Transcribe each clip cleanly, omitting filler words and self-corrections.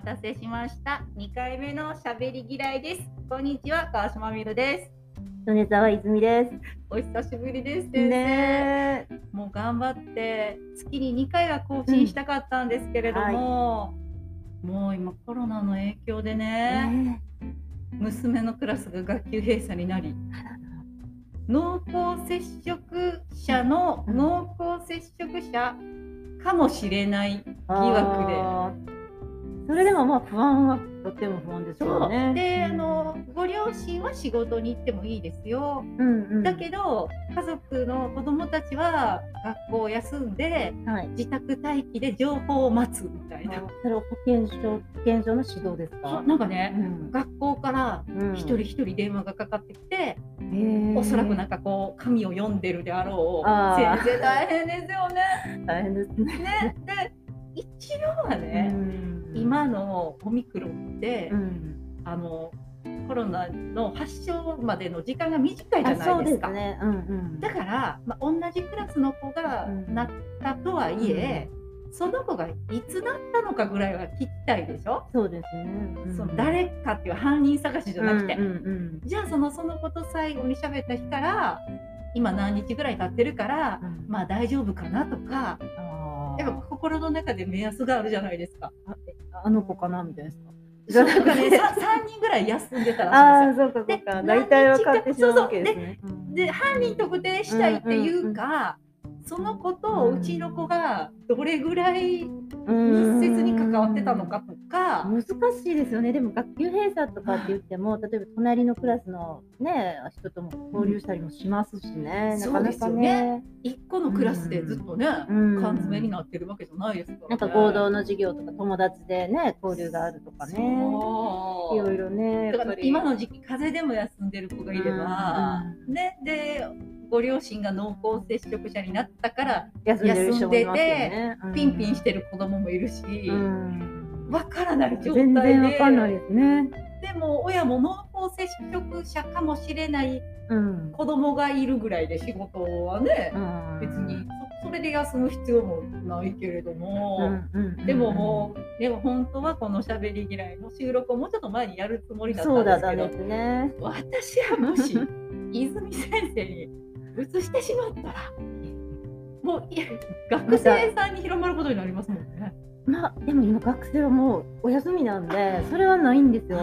たせしました。2回目のしゃべり嫌いです。こんにちは、川島みるです。 米沢泉です。 お久しぶりです、先生。もう頑張って月に2回は更新したかったんですけれども、もう今コロナの影響でね、娘のクラスが学級閉鎖になり、濃厚接触者の濃厚接触者かもしれない疑惑で、 それでもまあ不安はとても不安ですよね。 で、ご両親は仕事に行ってもいいですよ。だけど家族の子どもたちは学校を休んで、自宅待機で情報を待つみたいな。 それは保健所の指導ですか？ なんかね、学校から一人一人電話がかかってきて、おそらくなんかこう紙を読んでるであろう。先生大変ですよね。 大変ですね。 で一応はね、今のオミクロンって、コロナの発症までの時間が短いじゃないですか。だから、同じクラスの子がなったとはいえ、その子がいつなったのかぐらいは聞きたいでしょ。 そうですね。 その誰かっていう犯人探しじゃなくて、じゃあその子と最後に喋った日から今何日ぐらい経ってるから、まあ大丈夫かなとか、やっぱ心の中で目安があるじゃないですか。 あの子かなみたいな。 そうなんかね、3人ぐらい休んでたらしいんですよ。 そうか。大体分かってしまうわけですね。 で、犯人特定したいっていうか、その子とうちの子がどれぐらい密接に関わってたのかとか。 難しいですよね。でも学級閉鎖とかって言っても、例えば隣のクラスのね人とも交流したりもしますしね。 そうですよね。一個のクラスでずっとね、缶詰になってるわけじゃないですからね。 なんか合同の授業とか友達でね交流があるとかね。いろいろね。 だから今の時期風邪でも休んでる子がいれば、ね、でご両親が濃厚接触者になったから休んでてピンピンしてる子供もいるし、わからない状態で全然わかんないですね。 でも親も濃厚接触者かもしれない子供がいるぐらいで仕事はね、別にそれで休む必要もないけれども、でも本当はこのしゃべり嫌いの収録をもうちょっと前にやるつもりだったんですけど、私はもし泉先生に移してしまったらもう学生さんに広まることになりますもんね。 でも今学生はもうお休みなんでそれはないんですよ。 そっ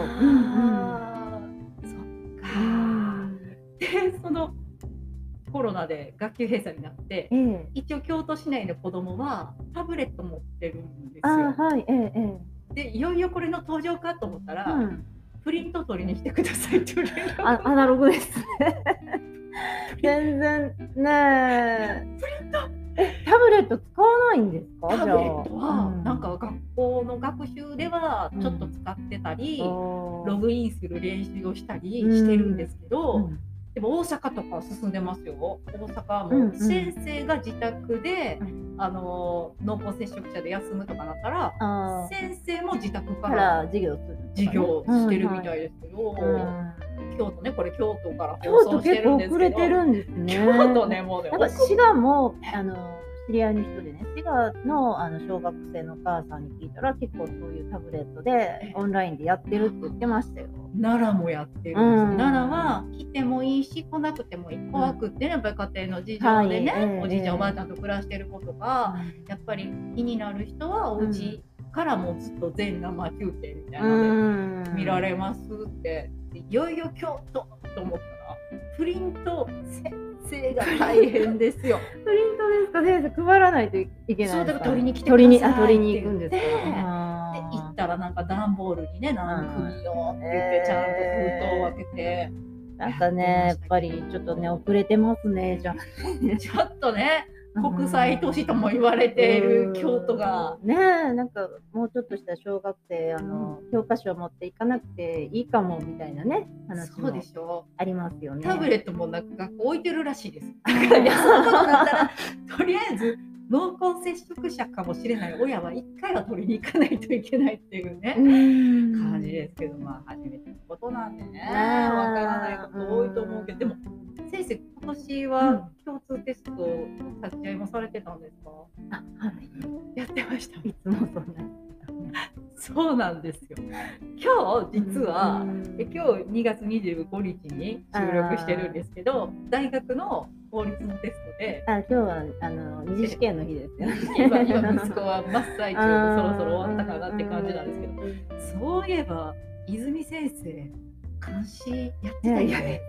か。でそのコロナで学級閉鎖になって、一応京都市内の子どもはタブレット持ってるんですよ。でいよいよこれの登場かと思ったら、プリント取りに来てくださいって言われる。 アナログですね。全然ね。 プリントタブレット使わないんですか？ タブレットはなんか学校の学習ではちょっと使ってたり、ログインする練習をしたりしてるんですけど、でも大阪とかは進んでますよ。大阪も先生が自宅で濃厚接触者で休むとかなったら、先生も自宅から授業してるみたいですけど、京都ね、これ京都から放送してるんですけど、 京都結構遅れてるんですね。 京都ね、もうね、 なんか滋賀も知り合いの人でね、滋賀の小学生のお母さんに聞いたら結構そういうタブレットでオンラインでやってるって言ってましたよ。 奈良もやってるんです。奈良は来てもいいし来なくてもいい。怖くってね、やっぱり家庭の事情でね、おじいちゃんおばあちゃんと暮らしてる子とか、やっぱり気になる人はお家からもずっと全生中継みたいなので見られますって。いよいよ京都と思ったらプリント先生が大変ですよ。 プリントですか？先生配らないといけない。 そうだから取りに来てくださいって取りに行くんですか？ で行ったらなんか段ボールにね何組よって言ってちゃんと封筒を開けて、 なんかねやっぱりちょっとね遅れてますね。じゃあちょっとね国際都市とも言われている京都がね、なんかもうちょっとした小学生教科書を持っていかなくていいかもみたいなね話もありますよね。 タブレットもなんか学校置いてるらしいです。だからそんなことになったらとりあえず濃厚接触者かもしれない親は1回は取りに行かないといけないっていうね感じですけど、初めてのことなんでね、わからないこと多いと思うけど、でも先生今年は共通テスト立ち会いもされてたんですか？ はい、 やってました。 いつもそんなそうなんですよ。今日実は、今日2月25日に収録してるんですけど、大学の法律のテストで、 今日は二次試験の日ですよ。 今息子は真っ最中でそろそろ終わったかなって感じなんですけど、そういえば泉先生監視やってたよね。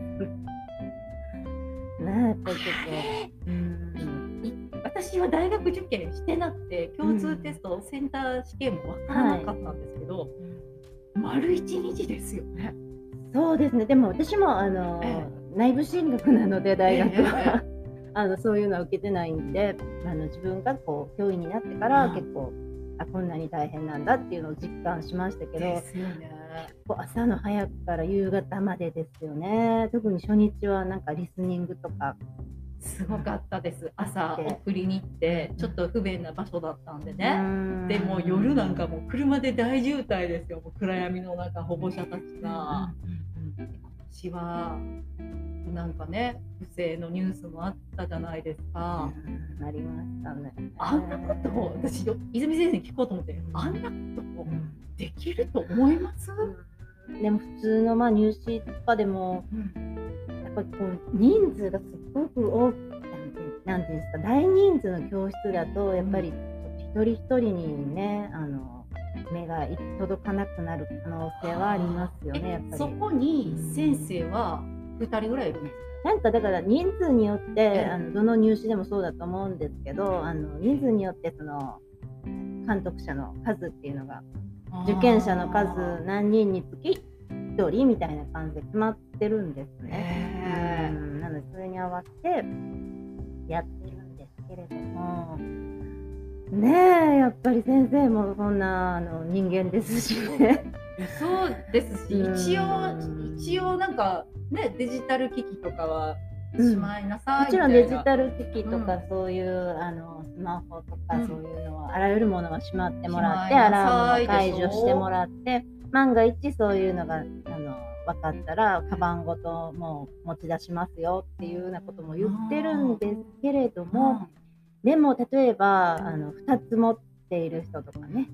やっぱりちょっと、 私は大学受験してなくて共通テスト、センター試験も分からなかったんですけど、丸1日ですよね。 そうですね。でも私も内部進学なので大学は、そういうのは受けてないんで、自分がこう教員になってから結構こんなに大変なんだっていうのを実感しましたけど、 ですよね、 結構朝の早くから夕方までですよね。特に初日はなんかリスニングとかすごかったです。朝送りに行ってちょっと不便な場所だったんでね。でも夜なんかもう車で大渋滞ですよ。もう暗闇の中保護者たちが。今年はなんかね、不正のニュースもあったじゃないですか。 ありましたね。 あんなことを私泉先生に聞こうと思って、あんなことをできると思います？ でも普通の入試とかでも、やっぱりこう人数がすごく多く、なんていうんですか、大人数の教室だとやっぱり一人一人にね、目が届かなくなる可能性はありますよね。やっぱりそこに先生は2人ぐらいいるんですか？ なんかだから人数によってどの入試でもそうだと思うんですけど、人数によってその監督者の数っていうのが、受験者の数何人につき1人みたいな感じで決まってるんですね。なのでそれに合わせてやってるんですけれどもね、やっぱり先生もそんな人間ですしね。 そうですし、一応なんかね、デジタル機器とかはしまいなさいみたいな、 もちろんデジタル機器とか、そういうスマホとか、そういうのはあらゆるものはしまってもらって、アラームを解除してもらって、万が一そういうのが分かったらカバンごともう持ち出しますよっていうようなことも言ってるんですけれども、でも例えば2つ持っている人とかね、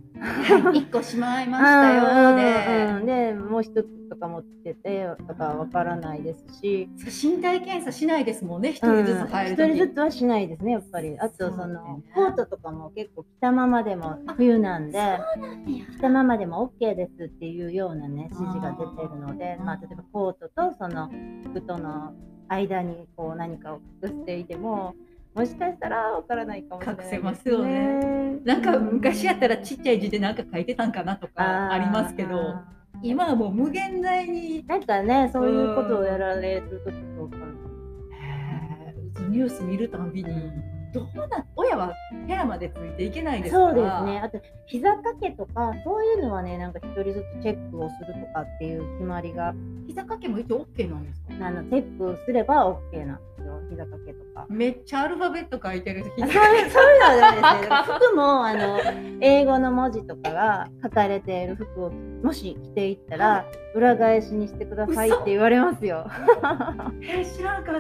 1個しまいましたよでもう1つとか持っててとかわからないですし、 身体検査しないですもんね。1人ずつ入るとき、 1人ずつはしないですね、やっぱり。あとコートとかも結構着たままでも冬なんで着たままでも OK ですっていうようなね指示が出てるので、例えばコートとその服との間にこう何かを隠していても、もしかしたらわからないかもしれないですね。 隠せますよね。なんか昔やったらちっちゃい字でなんか書いてたんかなとかありますけど、今はもう無限大になんかね、そういうことをやられるとちょっとわかる。 ニュース見るたびに親は部屋までついていけないですから。 そうですね。あと膝掛けとかそういうのはね、なんか一人ずつチェックをするとかっていう決まりが。 膝掛けも一応 OK なんですか？ チェックすれば OK なんですよ。膝掛けとか。 めっちゃアルファベット書いてる。 そういうのはですね。服も英語の文字とかが書かれている服をもし着ていったら裏返しにしてくださいって言われますよ。 知らなかった。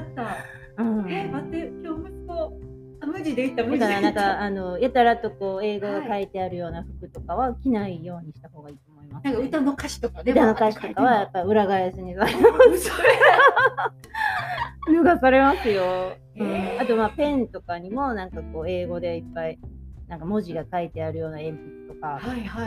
待って、今日息子無地でいった無地でいった。なんかやたらとこう英語が書いてあるような服とかは着ないようにした方がいいと思います。 なんか歌の歌詞とかで歌の歌詞とかはやっぱり裏返しにされます脱がされますよ。あとペンとかにもなんかこう英語でいっぱいなんか文字が書いてあるような鉛筆とか。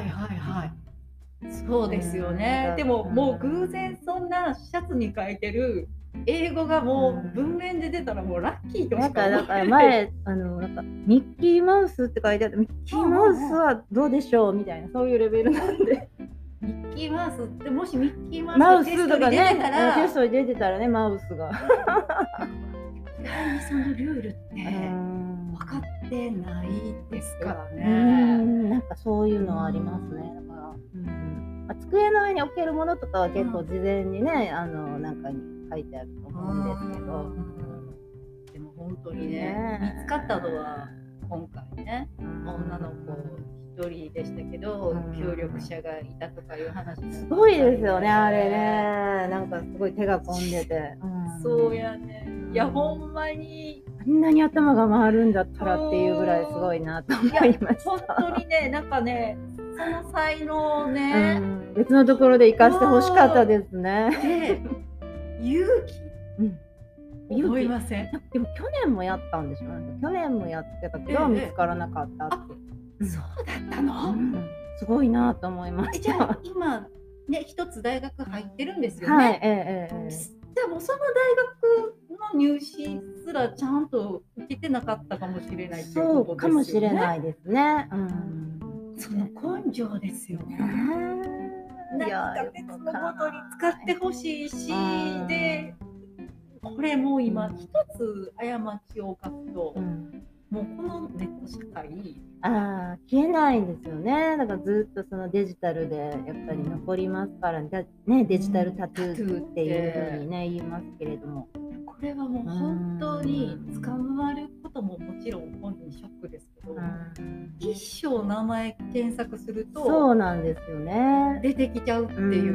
そうですよね。でももう偶然そんなシャツに書いてる英語がもう文面で出たらもうラッキーとしか思えない。 だから前なんかミッキーマウスって書いてあって、ミッキーマウスはどうでしょうみたいな、そういうレベルなんで。 ミッキーマウスってもしミッキーマウスとかね、 テストに出てたらね、マウスが。 意外にそのルールって分かってないですからね。 なんかそういうのはありますね。だから、机の上に置けるものとかは結構事前にね、なんかに書いてあると思うんですけど、 でも本当にね、見つかったのは今回ね、女の子1人でしたけど、協力者がいたとかいう話すごいですよね、あれね。なんかすごい手が込んでて。 そうやね。いやほんまにあんなに頭が回るんだったらっていうぐらいすごいなと思いました。 本当にね、なんかね、 その才能をね、 別のところで生かしてほしかったですね。 で勇気、思いません？ でも去年もやったんでしょ。去年もやってたけど見つからなかったって。 そうだったの？ すごいなと思いました。 じゃあ今ね、一つ大学入ってるんですよね。 はい、 じゃあもうその大学の入試すらちゃんと受けてなかったかもしれないっていうことですよね。 そうかもしれないですね。 その根性ですよね。何か別のことに使ってほしいし、でこれもう今一つ過ちを犯すと、もうこのネット社会消えないんですよね。だからずっとそのデジタルでやっぱり残りますからね、デジタルタトゥーっていうふうにね言いますけれども、 これはもう本当に捕まることももちろん本人ショックですけど、一生名前検索するとそうなんですよね、 出てきちゃうっていう、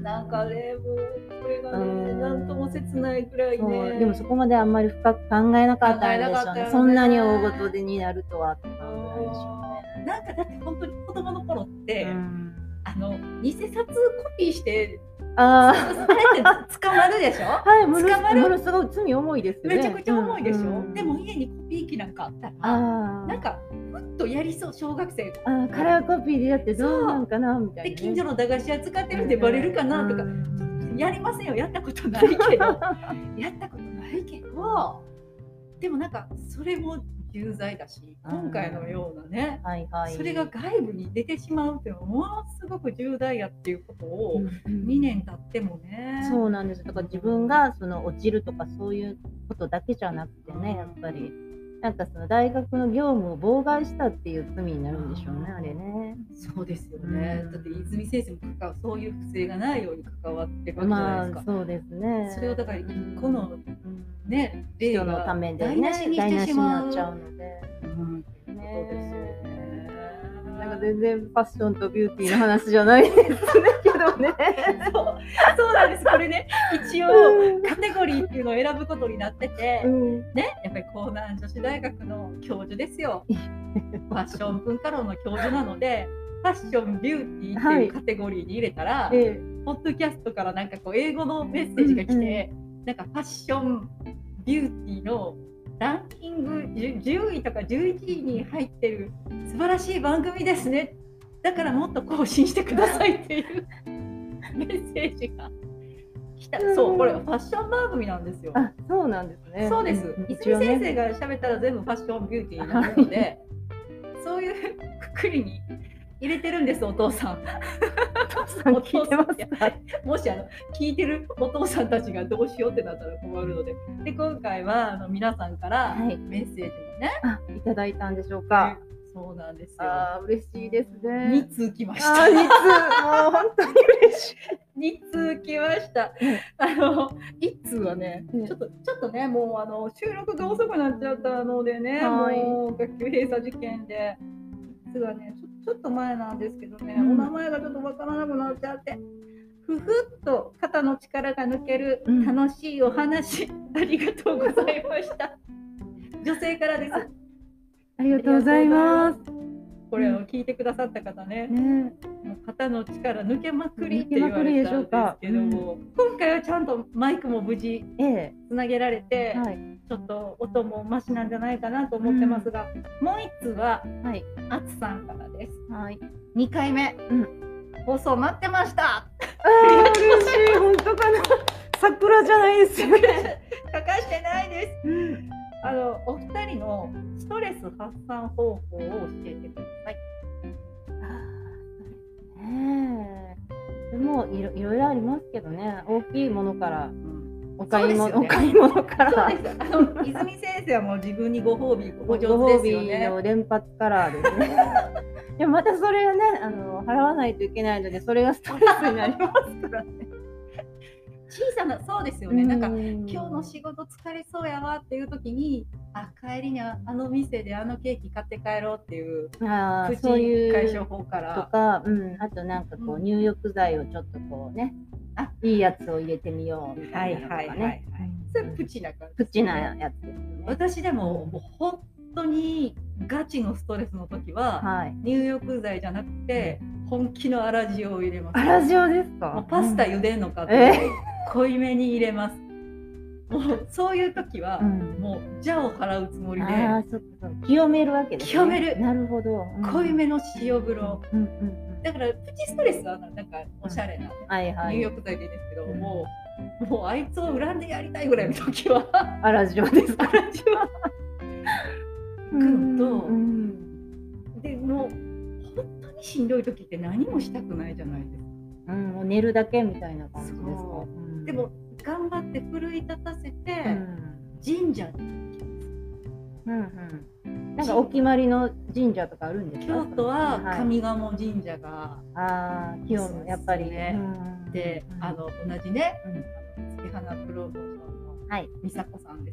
なんかね、もうこれがねなんとも切ないくらいね。 でもそこまであんまり深く考えなかったんでしょうね。そんなに大ごとになるとはって感じなんでしょうね。 なんかだって本当に子供の頃って、偽札コピーしてあれって捕まるでしょ。 はい、ものすごい罪重いですよね。 めちゃくちゃ重いでしょ。でも家にコピー機なんかあったらなんかふっとやりそう、小学生カラーコピーでやってどうなんかなみたいな、 で近所の駄菓子屋使ってるんでバレるかなとか、やりませんよ、やったことないけどやったことないけど、でもなんかそれも重罪だし、今回のようなね、それが外部に出てしまうっていうのはものすごく重大やっていうことを2年経ってもね、 そうなんです。だから自分がその落ちるとかそういうことだけじゃなくてね、やっぱりなんかその大学の業務を妨害したっていう罪になるんでしょうね、あれね。 そうですよね。だって泉先生もそういう不正がないように関わってるわけじゃないですか。 そうですね。 それをだから一個のね、 人のためでね、台無しになっちゃうので。そうですよね。なんか全然ファッションとビューティーの話じゃないですけどね。 そうなんです。これね、一応カテゴリーっていうのを選ぶことになってて、ね、やっぱり江南女子大学の教授ですよ。ファッション文化論の教授なので、ファッションビューティーっていうカテゴリーに入れたら、ポッドキャストからなんかこう英語のメッセージが来て、なんかファッションビューティーのランキング10位とか11位に入ってる素晴らしい番組ですね。だからもっと更新してくださいっていうメッセージが来た。そう、これはファッション番組なんですよ。 そうなんですね。 そうです。泉先生が喋ったら全部ファッションビューティーになるので、そういうくくりに入れてるんです、お父さん。 お父さん聞いてますか？ もし聞いてるお父さんたちがどうしようってなったら困るので、で今回は皆さんからメッセージもね、 いただいたんでしょうか。 そうなんですよ。 嬉しいですね。 2通来ました。 2通、もう本当に嬉しい。2通来ました。1通はね、ちょっとね、もう収録が遅くなっちゃったのでね、もう学級閉鎖事件で、実はね、ちょっと前なんですけどね、お名前がちょっとわからなくなっちゃって、ふふっと肩の力が抜ける楽しいお話、ありがとうございました。女性からです。 ありがとうございます。 これを聞いてくださった方ね、もう肩の力抜けまくりって言われたんですけども、今回はちゃんとマイクも無事つなげられて、ちょっと音もマシなんじゃないかなと思ってますが、もう1つはあつさんからです。2回目、放送待ってました。 嬉しい。本当かな。桜じゃないですよね。 書かしてないです。お二人のストレス発散方法を教えてください。でもいろいろありますけどね。大きいものから、お買い物から。 そうです。泉先生はもう自分にご褒美、ご上手ですよね。 ご褒美の連発からですね。でもまたそれがね、払わないといけないので、それがストレスになりますからね。 小さな、そうですよね。なんか今日の仕事疲れそうやわっていう時に、帰りに店でケーキ買って帰ろうっていうプチ解消法からとか、あとなんかこう入浴剤をちょっとこうね、いいやつを入れてみようみたいなのとかね。 それプチな感じ。 プチなやつですよね。 私でも本当にガチのストレスの時は、入浴剤じゃなくて本気の粗塩を入れます。 粗塩ですか？ もうパスタ茹でんのかって濃いめに入れます。もうそういう時は、もう邪を払うつもりで、 清めるわけですね。 清める。 なるほど。 濃いめの塩風呂。だからプチストレスはなんかおしゃれな入浴剤でいいですけど、もうあいつを恨んでやりたいぐらいの時は粗塩ですか？ 粗塩行くと、でもう本当にしんどい時って何もしたくないじゃないですか。 もう寝るだけみたいな感じですか？ でも頑張って奮い立たせて神社に行きます。 なんかお決まりの神社とかあるんですか？ 京都は上賀茂神社が、 清めやっぱりね。 で、同じね、月花プロモーションの美佐子さんです。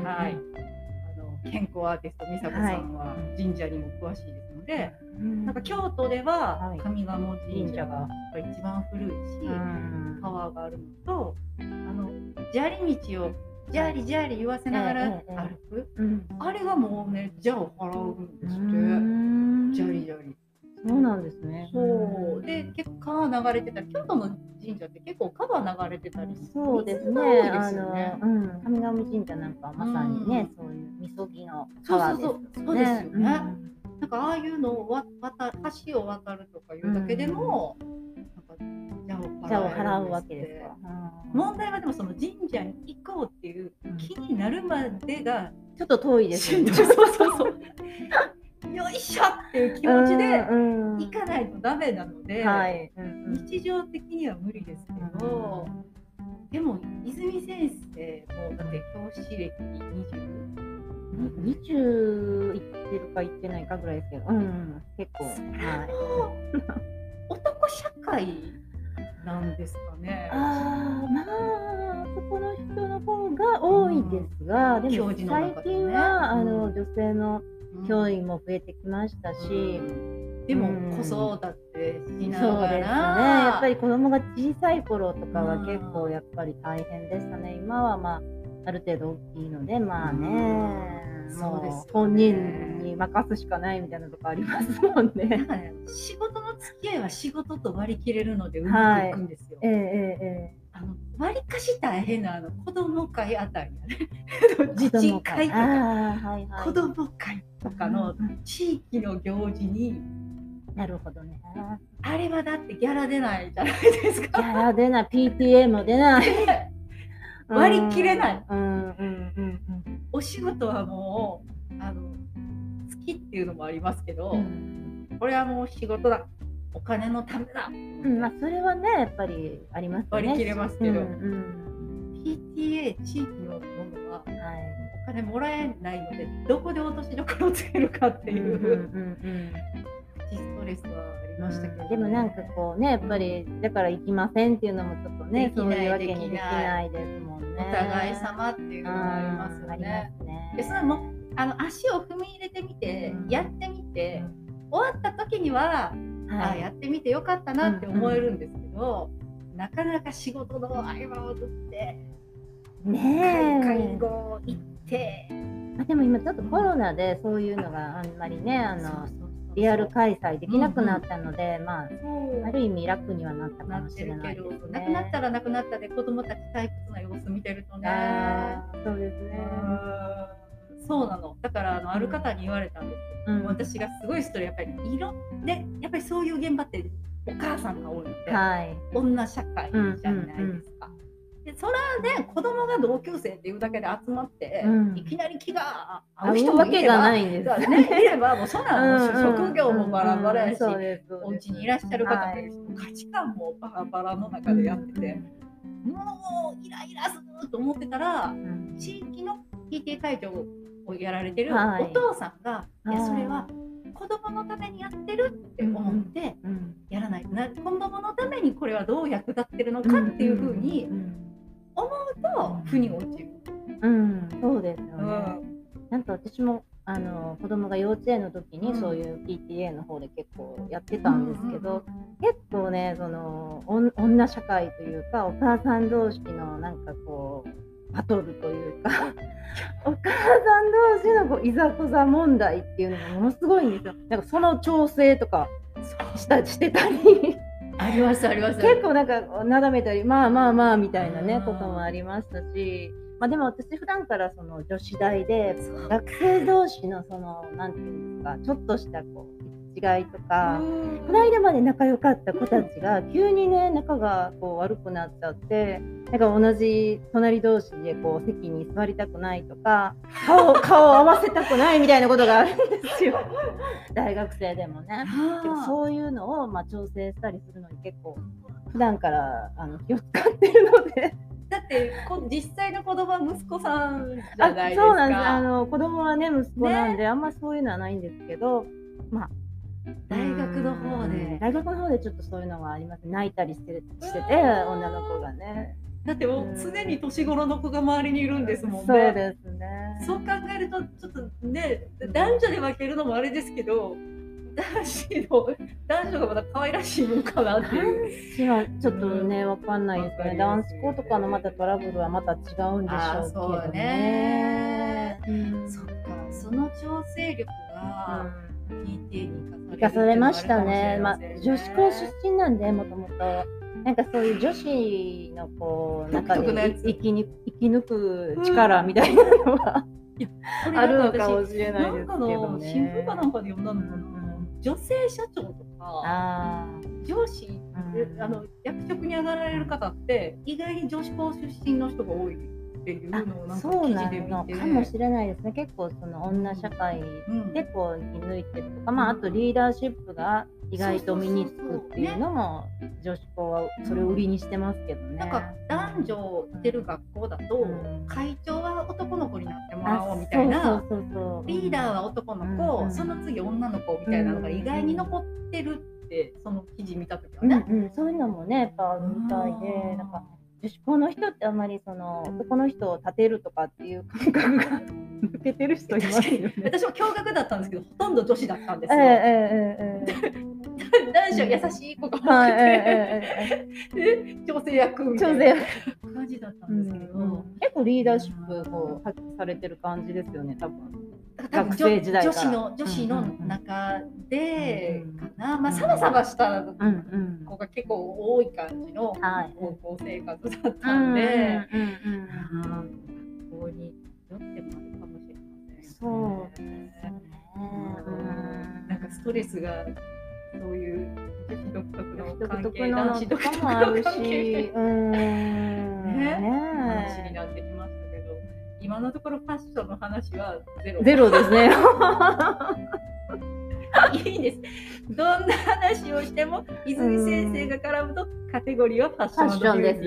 健康アーティスト美佐子さんは神社にも詳しいですので、なんか京都では上賀茂神社が一番古いし、パワーがあるのと、砂利道をジャリジャリ言わせながら歩く、あれがもうね邪を払うんですって。ジャリジャリ。 そうなんですね。 そうで結構川流れてたり、京都の神社って結構川流れてたり、 そうですね。上賀茂神社なんかまさにね、そういうみそぎの川ですよね。 そうですよね。なんかああいうのを橋を渡るとかいうだけでも、なんか邪を払うわけですか。 問題はでもその神社に行こうっていう気になるまでがちょっと遠いですよね。 そうよいしょっていう気持ちで行かないとダメなので、日常的には無理ですけど、でも泉先生もだって教師歴 20いってるかいってないかぐらいですけど、結構男社会なんですかね。 男の人の方が多いですが、でも最近は女性の教員も増えてきましたし、 でも子育てしなそうですね。 がら、 やっぱり子供が小さい頃とかは結構やっぱり大変でしたね。今はある程度大きいので、もう本人に任すしかないみたいなとこありますもんね。 なんかね、仕事の付き合いは仕事と割り切れるのでうまくいくんですよ。割りかし大変な子供会あたりやね。自治会とか子供会とかの地域の行事に。 なるほどね。 あれはだってギャラ出ないじゃないですか。 ギャラ出ない、PTA も出ない。 割り切れない。お仕事はもう好きっていうのもありますけど、これはもう仕事だ、お金のためだ。 それはねやっぱりありますね。 割り切れますけど、PTA 地域のものはお金もらえないので、どこで落としどころをつけるかっていうストレスはありましたけど、 でもなんかこうね、やっぱりだから行きませんっていうのもちょっとね、そういうわけにできないですもんね。 お互い様っていうのがありますよね。でそれも足を踏み入れてみて、やってみて、終わった時にはやってみてよかったなって思えるんですけど、なかなか仕事の合間を縫って介護行って、 でも今ちょっとコロナでそういうのがあんまりねリアル開催できなくなったので、ある意味楽にはなったかもしれないですね。 なくなったらなくなったで、子供たち退屈な様子見てるとね。 そうですね。 そうなの。だからある方に言われたんですけど、私がすごいストレス、やっぱりやっぱりそういう現場ってお母さんが多いので、女社会じゃないですか。でそれはね、子供が同級生っていうだけで集まって、いきなり気が合う人もいれば、いればもうそんな職業もバラバラやし、お家にいらっしゃる方もいるし、価値観もバラバラの中でやってて、もうイライラすると思ってたら、地域の PTA 会長をやられてるお父さんが、いやそれは子供のためにやってるって思ってやらないとな、子供のためにこれはどう役立ってるのかっていうふうに思うと腑に落ちる。 そうですよね。なんか私も子供が幼稚園の時にそういう PTA の方で結構やってたんですけど、結構ねその女社会というかお母さん同士のなんかこうバトルというかお母さん同士のこういざこざ問題っていうのがものすごいんですよ。なんかその調整とかしてたりありますあります。 結構なんかなだめたりまあまあまあみたいなねこともありましたし、まあ、でも私普段からその女子大で学生同士のそのなんていうんですか、ちょっとしたこう違いとか、この間まで仲良かった子たちが急にね仲がこう悪くなっちゃって、なんか同じ隣同士でこう席に座りたくないとか顔を合わせたくないみたいなことがあるんですよ大学生でもね。でもそういうのをまあ調整したりするのに結構普段から気を使ってるのでだって実際の子供は息子さんじゃないですか。 そうなんです。子供はね息子なんで、ね、あんまそういうのはないんですけど、まあ大学の方でちょっとそういうのがあります。泣いたりしてて女の子がね。 だってもう常に年頃の子が周りにいるんですもんね。 そうですね。 そう考えるとちょっとね、男女で分けるのもあれですけど、男女がまだ可愛らしいもんかなっていう。 男子はちょっとね分かんないですね。男子校とかのまたトラブルはまた違うんでしょうけどね。 そっか、その調整力が PT に生かされましたね。まあ女子校出身なんでもともと。なんかそういう女子のこう中で生き抜く力みたいなのはあるのかもしれないですけどね。 新聞かなんかで読んだのかな、女性社長とか上司、役職に上がられる方って意外に女子校出身の人が多いっていうのをなんか記事で見て、そうなのかもしれないですね。結構その女社会でこう生き抜いてるとか、まああとリーダーシップが意外と身につくっていうのも女子校はそれを売りにしてますけどね。 なんか男女いてる学校だと、会長は男の子になってもらおうみたいな、リーダーは男の子、その次女の子みたいなのが意外に残ってるってその記事見た時はね、 そういうのもねやっぱあるみたいで、なんか女子校の人ってあんまりその男の人を立てるとかっていう感覚が抜けてる人いますよね。 私も驚愕だったんですけど、ほとんど女子だったんですよ。男子は優しい子が多くて、調整役みたいな感じだったんですけど、結構リーダーシップを発揮されてる感じですよね、多分。学生時代から女子の中でかな、まあサバサバした子が結構多い感じの高校生活だったんで、学校によってもあるかもしれません。 そうですね。 なんかストレスがそういう女子独特の関係、 男子独特の関係話になってきましたけど、今のところファッションの話はゼロですね。いいです。どんな話をしても泉先生が絡むとカテゴリーはファッションです。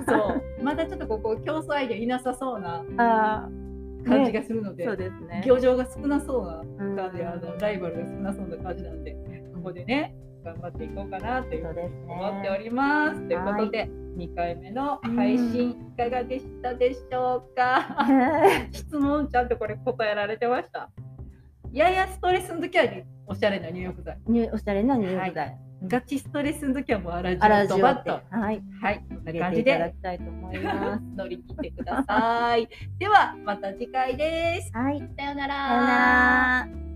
そう。まだちょっとここ競争相手いなさそうな感じがするので、 そうですね。 業場が少なそうな感じ、ライバルが少なそうな感じなんで、ここでね頑張っていこうかなというふうに思っております。ということで、2回目の配信いかがでしたでしょうか。質問ちゃんとこれ答えられてました。ややストレスの時はおしゃれな入浴剤。 おしゃれな入浴剤。 ガチストレスの時はもうアラジオとバット。 はい、 こんな感じでいただきたいと思います。 乗り切ってください。ではまた次回です。 はい、 さようなら。 さようなら。